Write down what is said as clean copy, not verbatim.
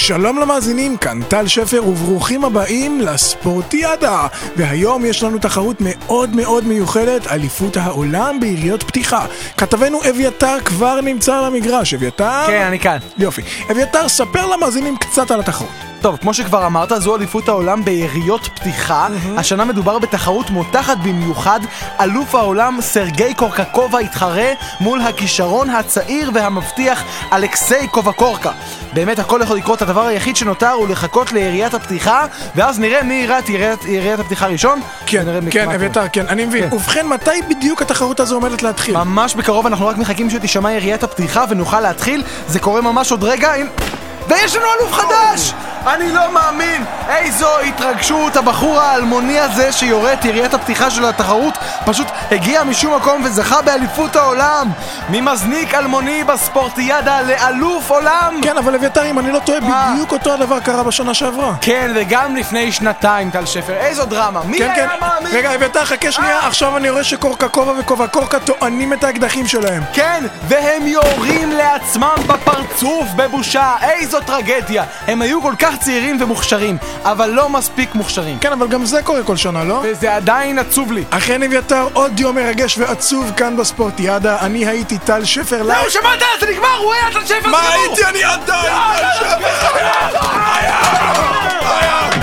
שלום למאזינים, כאן טל שפר וברוכים הבאים לספורטיאדה. והיום יש לנו תחרות מאוד מאוד מיוחדת, אליפות העולם ביריות פתיחה. כתבנו אביתר כבר נמצא על המגרש. אביתר? כן, אני כאן. יופי. אביתר, ספר למאזינים קצת על התחרות. טוב, כמו שכבר אמרת, זו אליפות העולם ביריות פתיחה. השנה מדובר בתחרות מותחת במיוחד. אלוף העולם סרגי קורקקובה התחרה מול הכישרון הצעיר והמבטיח אלכסיי קובקורקה. באמת הכל יכול לקרות, הדבר היחיד שנותר הוא לחכות ליריית הפתיחה, ואז נראה מי יראה את יריית הפתיחה ראשון. כן, אביתר, כן, אני מבין. ובכן, מתי בדיוק התחרות הזו עומדת להתחיל? ממש בקרוב, אנחנו רק מחכים שתשמע יריית הפתיחה ונוכל להתחיל. זה קורה ממש עוד רגע. ויש לנו אלוף חדש! אני לא מאמין! איזו התרגשות! הבחור האלמוני הזה שיורה את יריית הפתיחה של התחרות פשוט הגיע משום מקום וזכה באליפות העולם! ממזניק אלמוני בספורטיאדה לאלוף עולם! כן, אבל אביתר, אם אני לא טועה, בדיוק אותו הדבר קרה בשנה שעברה. כן, וגם לפני שנתיים, טל שפר. איזו דרמה! מי היה מאמין? רגע, אביתר, חכה שנייה, עכשיו אני רואה שקורקקובה וקובקורקה טוענים את האקדחים שלהם. כן, והם יורים לעצמם בפרצוף בבושה. איזו טרגדיה! הם היו כל כך צעירים ומוכשרים, אבל לא מספיק מוכשרים. כן, אבל גם זה קורה כל שנה, לא? וזה עדיין עצוב לי. אכן אביתר, עוד יום מרגש ועצוב כאן בספורטיאדה. אני הייתי טל שפר. לא, שמעת, זה נגמר, הוא היה טל שפר. מה הייתי? אני עדיין טל שפר.